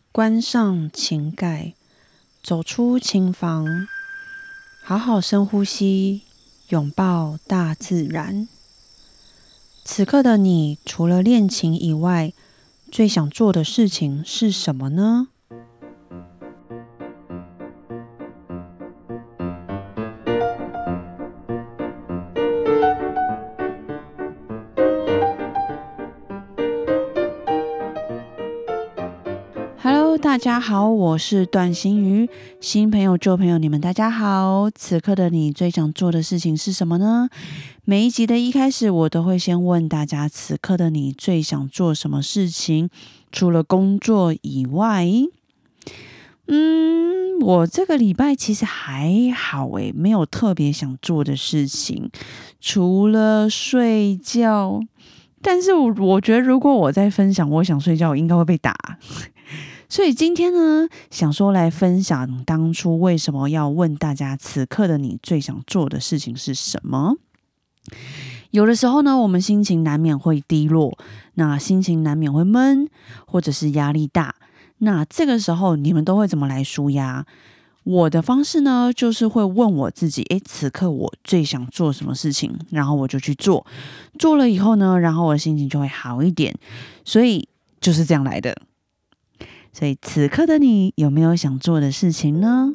关上情盖，走出琴房，好好深呼吸，拥抱大自然。此刻的你，除了练琴以外，最想做的事情是什么呢？Hello， 大家好，我是段心瑜。新朋友、旧朋友，你们大家好。此刻的你最想做的事情是什么呢？每一集的一开始，我都会先问大家：此刻的你最想做什么事情？除了工作以外，我这个礼拜其实还好诶，没有特别想做的事情，除了睡觉。但是我觉得，如果我在分享我想睡觉，我应该会被打。所以今天呢，想说来分享当初为什么要问大家，此刻的你最想做的事情是什么？有的时候呢，我们心情难免会低落，那心情难免会闷，或者是压力大。那这个时候你们都会怎么来抒压？我的方式呢，就是会问我自己，此刻我最想做什么事情，然后我就去做。做了以后呢，然后我的心情就会好一点。所以就是这样来的。所以此刻的你有没有想做的事情呢？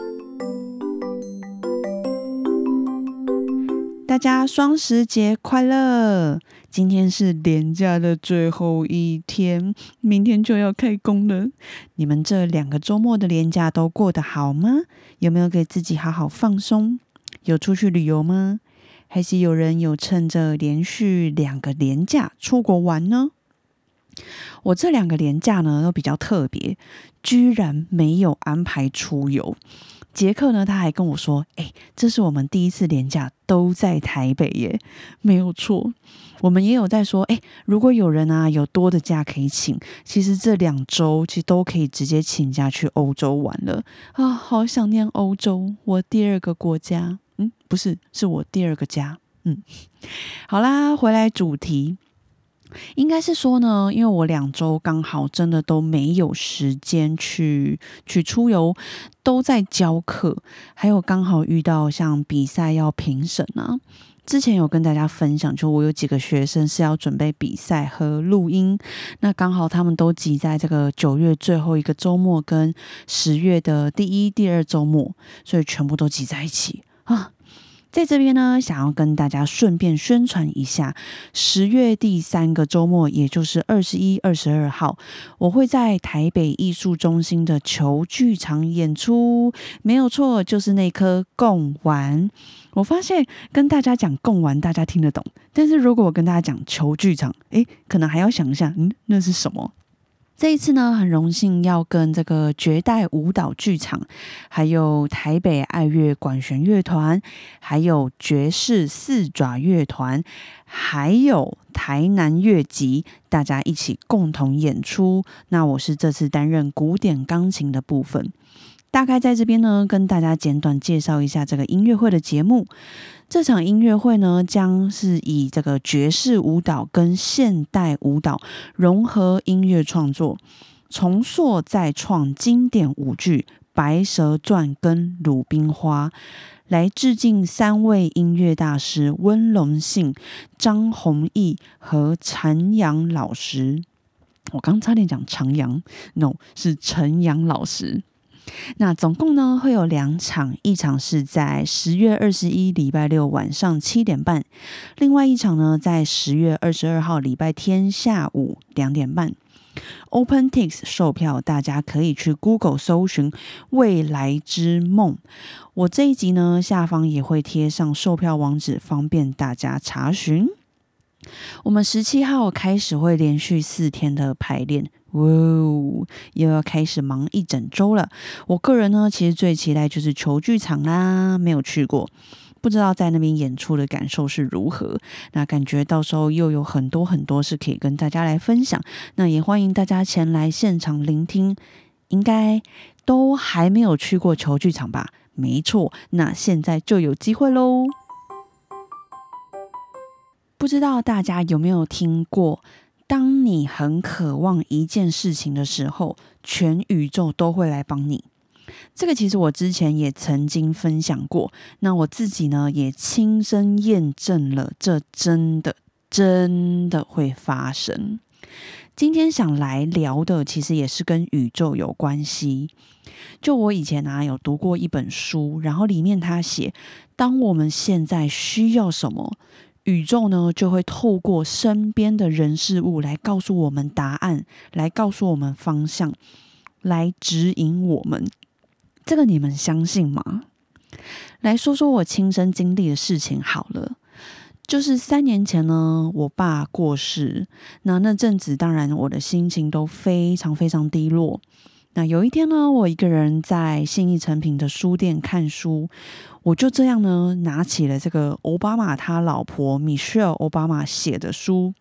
大家双十节快乐！今天是连假的最后一天，明天就要开工了。你们这2个周末的连假都过得好吗？有没有给自己好好放松？有出去旅游吗？还是有人有趁着连续2个连假出国玩呢？我这2个连假呢都比较特别，居然没有安排出游。杰克呢他还跟我说，这是我们第一次连假都在台北耶。没有错，我们也有在说，如果有人有多的假可以请，其实这2周其实都可以直接请假去欧洲玩了啊！好想念欧洲，我第2个国家，不是，是我第2个家。好啦，回来主题。应该是说呢，因为我2周刚好真的都没有时间去出游，都在教课，还有刚好遇到像比赛要评审啊。之前有跟大家分享，就我有几个学生是要准备比赛和录音，那刚好他们都挤在这个9月最后一个周末跟10月的第1、第2周末，所以全部都挤在一起啊。在这边呢，想要跟大家顺便宣传一下，10月第3个周末，也就是21、22号，我会在台北艺术中心的球剧场演出。没有错，就是那颗贡丸。我发现跟大家讲贡丸，大家听得懂，但是如果我跟大家讲球剧场，可能还要想一下，那是什么？这一次呢，很荣幸要跟这个绝代舞蹈剧场，还有台北爱乐管弦乐团，还有爵士4爪乐团，还有台南乐集，大家一起共同演出。那我是这次担任古典钢琴的部分。大概在这边呢，跟大家简短介绍一下这个音乐会的节目。这场音乐会呢，将是以这个爵士舞蹈跟现代舞蹈融合音乐创作，重塑再创经典舞剧《白蛇传》跟《鲁冰花》，来致敬3位音乐大师温龙信、张弘毅和陈阳老师。我刚差点讲长阳 ，no， 是陈阳老师。那总共呢会有2场，一场是在10月21礼拜六晚上7点半，另外一场呢在10月22号礼拜天下午2点半。OpenTix 售票，大家可以去 Google 搜寻未来之梦。我这一集呢下方也会贴上售票网址，方便大家查询。我们17号开始会连续4天的排练，又要开始忙1整周了。我个人呢，其实最期待就是球剧场啦，没有去过，不知道在那边演出的感受是如何。那感觉到时候又有很多是可以跟大家来分享。那也欢迎大家前来现场聆听，应该都还没有去过球剧场吧？没错，那现在就有机会咯。不知道大家有没有听过当你很渴望一件事情的时候，全宇宙都会来帮你。这个其实我之前也曾经分享过，那我自己呢也亲身验证了，这真的会发生。今天想来聊的其实也是跟宇宙有关系。就我以前有读过一本书，然后里面他写，当我们现在需要什么，宇宙呢就会透过身边的人事物来告诉我们答案，来告诉我们方向，来指引我们。这个你们相信吗？来说说我亲身经历的事情好了。就是3年前呢，我爸过世，那阵子当然我的心情都非常非常低落。那有一天呢，我一个人在信义诚品的书店看书，我就这样呢拿起了这个奥巴马他老婆 Michelle 奥巴马写的书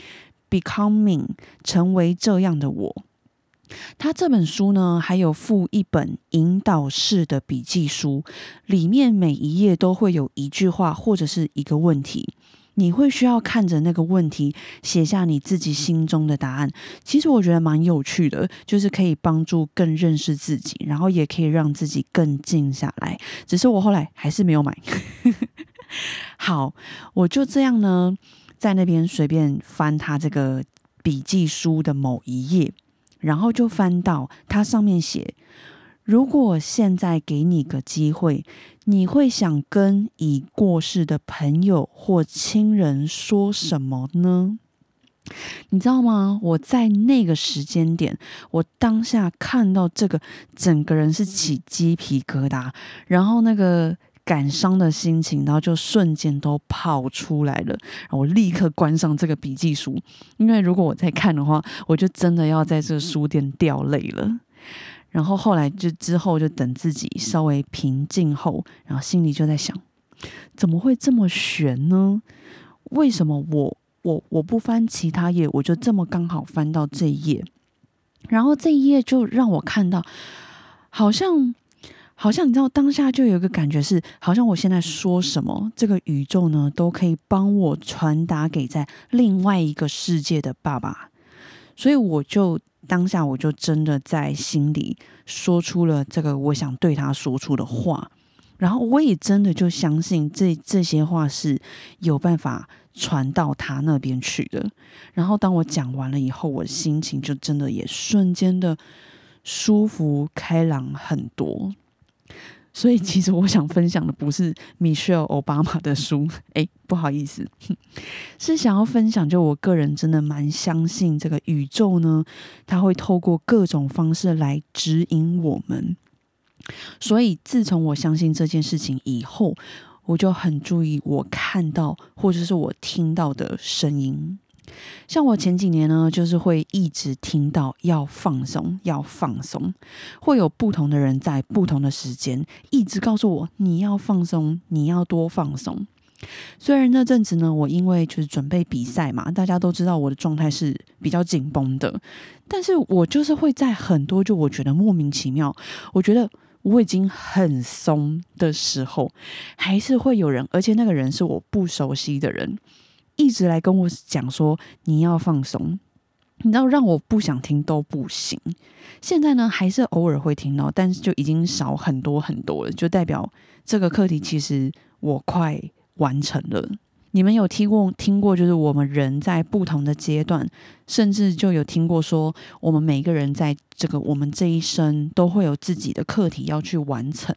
《Becoming》，成为这样的我。他这本书呢，还有附一本引导式的笔记书，里面每一页都会有一句话或者是一个问题，你会需要看着那个问题写下你自己心中的答案。其实我觉得蛮有趣的，就是可以帮助更认识自己，然后也可以让自己更静下来。只是我后来还是没有买。好，我就这样呢，在那边随便翻他这个笔记书的某一页，然后就翻到它上面写，如果现在给你个机会，你会想跟已过世的朋友或亲人说什么呢？你知道吗？我在那个时间点，我当下看到这个，整个人是起鸡皮疙瘩，然后那个感伤的心情，然后就瞬间都跑出来了。我立刻关上这个笔记书，因为如果我再看的话，我就真的要在这个书店掉泪了。然后后来之后就等自己稍微平静后，然后心里就在想，怎么会这么悬呢？为什么我不翻其他页，我就这么刚好翻到这一页？然后这一页就让我看到，好像你知道，当下就有一个感觉是，好像我现在说什么，这个宇宙呢都可以帮我传达给在另外一个世界的爸爸。所以当下我就真的在心里说出了这个我想对他说出的话，然后我也真的就相信这些话是有办法传到他那边去的。然后当我讲完了以后，我的心情就真的也瞬间的舒服开朗很多。所以其实我想分享的不是 Michelle 奥巴马的书，不好意思，是想要分享，就我个人真的蛮相信这个宇宙呢，它会透过各种方式来指引我们。所以自从我相信这件事情以后，我就很注意我看到或者是我听到的声音。像我前几年呢，就是会一直听到要放松，会有不同的人在不同的时间一直告诉我你要放松，你要多放松。虽然那阵子呢，我因为就是准备比赛嘛，大家都知道我的状态是比较紧绷的，但是我就是会在很多就我觉得莫名其妙，我觉得我已经很松的时候，还是会有人，而且那个人是我不熟悉的人，一直来跟我讲说你要放松，你知道让我不想听都不行。现在呢还是偶尔会听到，但是就已经少很多很多了，就代表这个课题其实我快完成了。你们有听过就是我们人在不同的阶段，甚至就有听过说我们每个人在我们这一生都会有自己的课题要去完成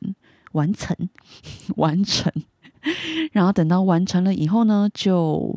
然后等到完成了以后呢，就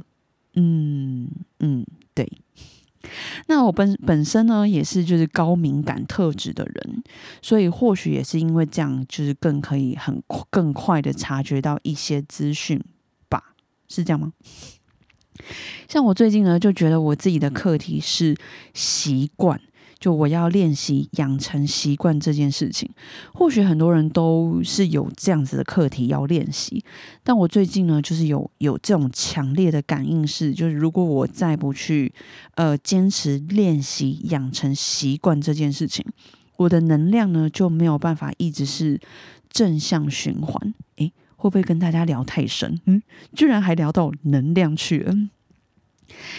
对。那我本身呢也是就是高敏感特质的人，所以或许也是因为这样，就是更可以更快的察觉到一些资讯吧，是这样吗？像我最近呢就觉得我自己的课题是习惯，就我要练习养成习惯这件事情。或许很多人都是有这样子的课题要练习，但我最近呢就是有这种强烈的感应是，就是如果我再不去坚持练习养成习惯这件事情，我的能量呢就没有办法一直是正向循环。会不会跟大家聊太深？居然还聊到能量去了。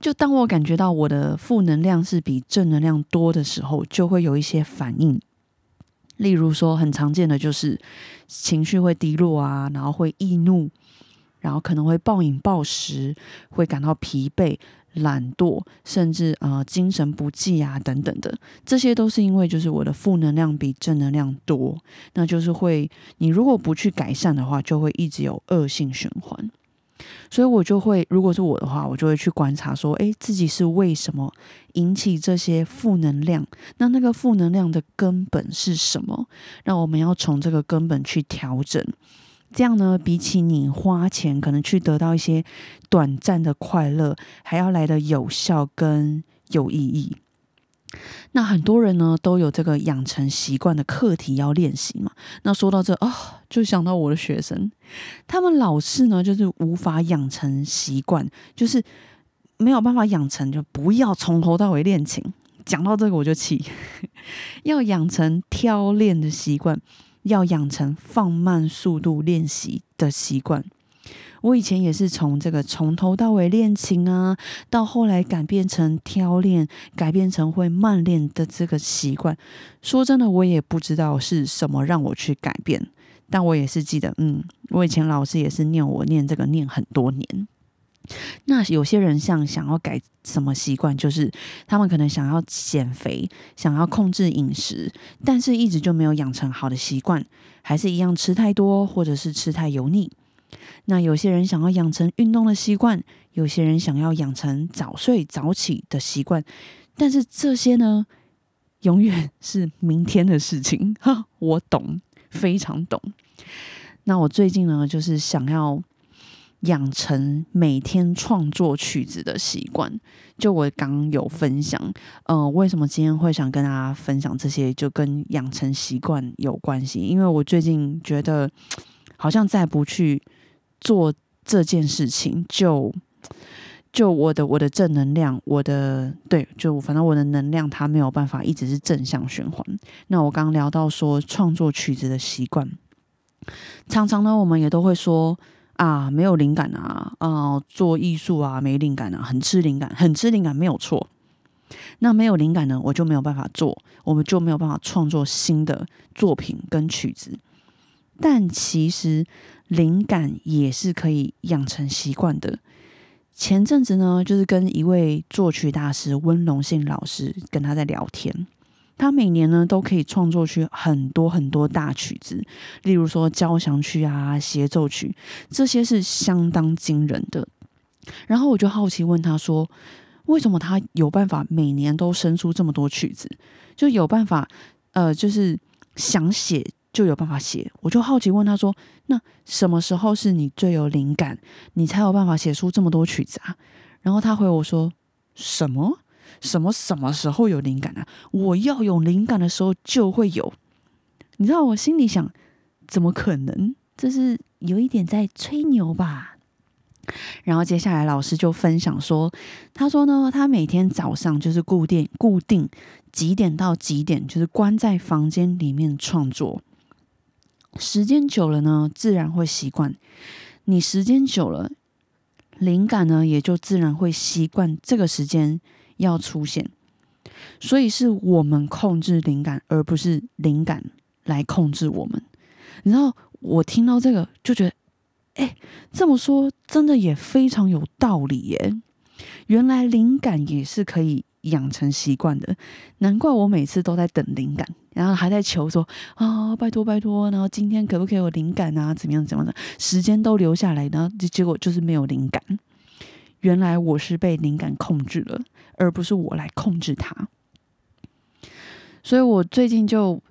就当我感觉到我的负能量是比正能量多的时候，就会有一些反应。例如说很常见的就是情绪会低落啊，然后会易怒，然后可能会暴饮暴食，会感到疲惫、懒惰，甚至精神不济啊等等的，这些都是因为就是我的负能量比正能量多，那就是会你如果不去改善的话，就会一直有恶性循环。所以我就会，如果是我的话，我就会去观察说，自己是为什么引起这些负能量？那个负能量的根本是什么？那我们要从这个根本去调整。这样呢，比起你花钱可能去得到一些短暂的快乐，还要来得有效跟有意义。那很多人呢都有这个养成习惯的课题要练习嘛。那说到这就想到我的学生，他们老是呢就是无法养成习惯，就是没有办法养成，就不要从头到尾练琴。讲到这个我就气，要养成挑练的习惯，要养成放慢速度练习的习惯。我以前也是从这个从头到尾练琴啊，到后来改变成挑练，改变成会慢练的这个习惯。说真的，我也不知道是什么让我去改变，但我也是记得，我以前老师也是念我念这个念很多年。那有些人想要改什么习惯，就是他们可能想要减肥，想要控制饮食，但是一直就没有养成好的习惯，还是一样吃太多，或者是吃太油腻。那有些人想要养成运动的习惯，有些人想要养成早睡早起的习惯，但是这些呢，永远是明天的事情。我懂，非常懂。那我最近呢，就是想要养成每天创作曲子的习惯。就我刚有分享，为什么今天会想跟大家分享这些，就跟养成习惯有关系。因为我最近觉得，好像再不去做这件事情，就我的正能量，反正我的能量它没有办法一直是正向循环。那我刚聊到说创作曲子的习惯，常常呢我们也都会说没有灵感做艺术没灵感很吃灵感没有错。那没有灵感呢，我就没有办法做，我们就没有办法创作新的作品跟曲子。但其实灵感也是可以养成习惯的。前阵子呢，就是跟一位作曲大师温荣信老师跟他在聊天，他每年呢都可以创作出很多很多大曲子，例如说交响曲协奏曲，这些是相当惊人的。然后我就好奇问他说，为什么他有办法每年都生出这么多曲子，就有办法就是想写就有办法写。我就好奇问他说，那什么时候是你最有灵感，你才有办法写出这么多曲子啊？然后他回我说，什么时候有灵感啊？我要有灵感的时候就会有。你知道我心里想，怎么可能？这是有一点在吹牛吧。然后接下来老师就分享说，他说呢，他每天早上就是固定几点到几点，就是关在房间里面创作。时间久了呢，自然会习惯。你时间久了，灵感呢也就自然会习惯这个时间要出现。所以是我们控制灵感，而不是灵感来控制我们。你知道，我听到这个就觉得，这么说真的也非常有道理耶。原来灵感也是可以养成习惯的，难怪我每次都在等灵感，然后还在求说拜托拜托，然后今天可不可以有灵感啊？怎么样的，时间都留下来，然后结果就是没有灵感。原来我是被灵感控制了，而不是我来控制它。所以我最近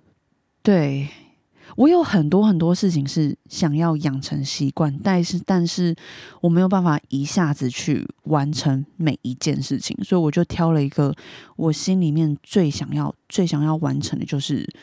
我有很多很多事情是想要养成习惯，但是我没有办法一下子去完成每一件事情，所以我就挑了一个我心里面最想要完成的，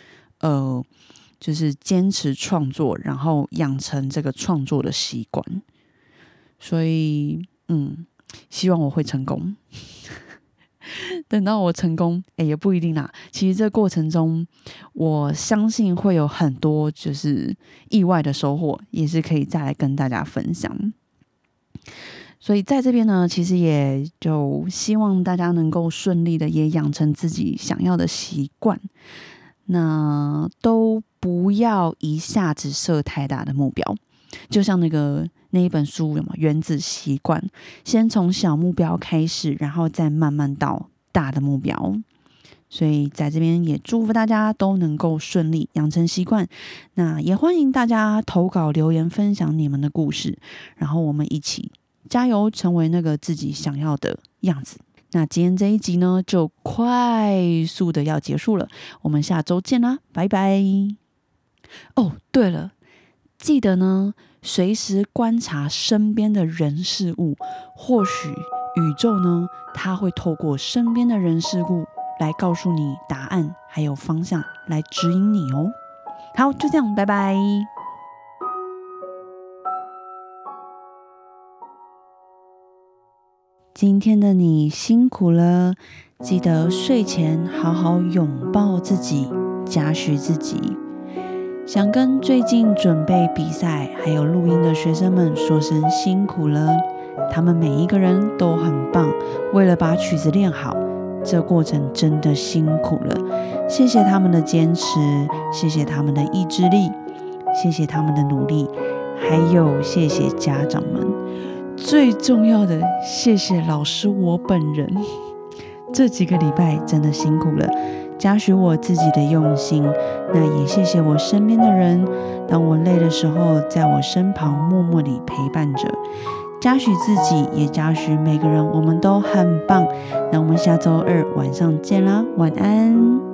就是坚持创作，然后养成这个创作的习惯。所以希望我会成功。等到我成功，也不一定啦。其实这过程中，我相信会有很多就是意外的收获，也是可以再来跟大家分享。 所以在这边呢，其实也就希望大家能够顺利的也养成自己想要的习惯，那都不要一下子设太大的目标。就像那一本书有没有原子习惯，先从小目标开始，然后再慢慢到大的目标。所以在这边也祝福大家都能够顺利养成习惯，那也欢迎大家投稿留言分享你们的故事，然后我们一起加油成为那个自己想要的样子。那今天这一集呢就快速的要结束了，我们下周见啦，拜拜。哦，对了，记得呢随时观察身边的人事物，或许宇宙呢它会透过身边的人事物来告诉你答案还有方向，来指引你哦。好，就这样，拜拜。今天的你辛苦了，记得睡前好好拥抱自己，嘉许自己。想跟最近准备比赛还有录音的学生们说声辛苦了，他们每一个人都很棒，为了把曲子练好，这过程真的辛苦了，谢谢他们的坚持，谢谢他们的意志力，谢谢他们的努力，还有谢谢家长们，最重要的谢谢老师我本人。这几个礼拜真的辛苦了，嘉许我自己的用心，那也谢谢我身边的人，当我累的时候在我身旁默默地陪伴着，嘉许自己也嘉许每个人，我们都很棒。那我们下周二晚上见啦，晚安。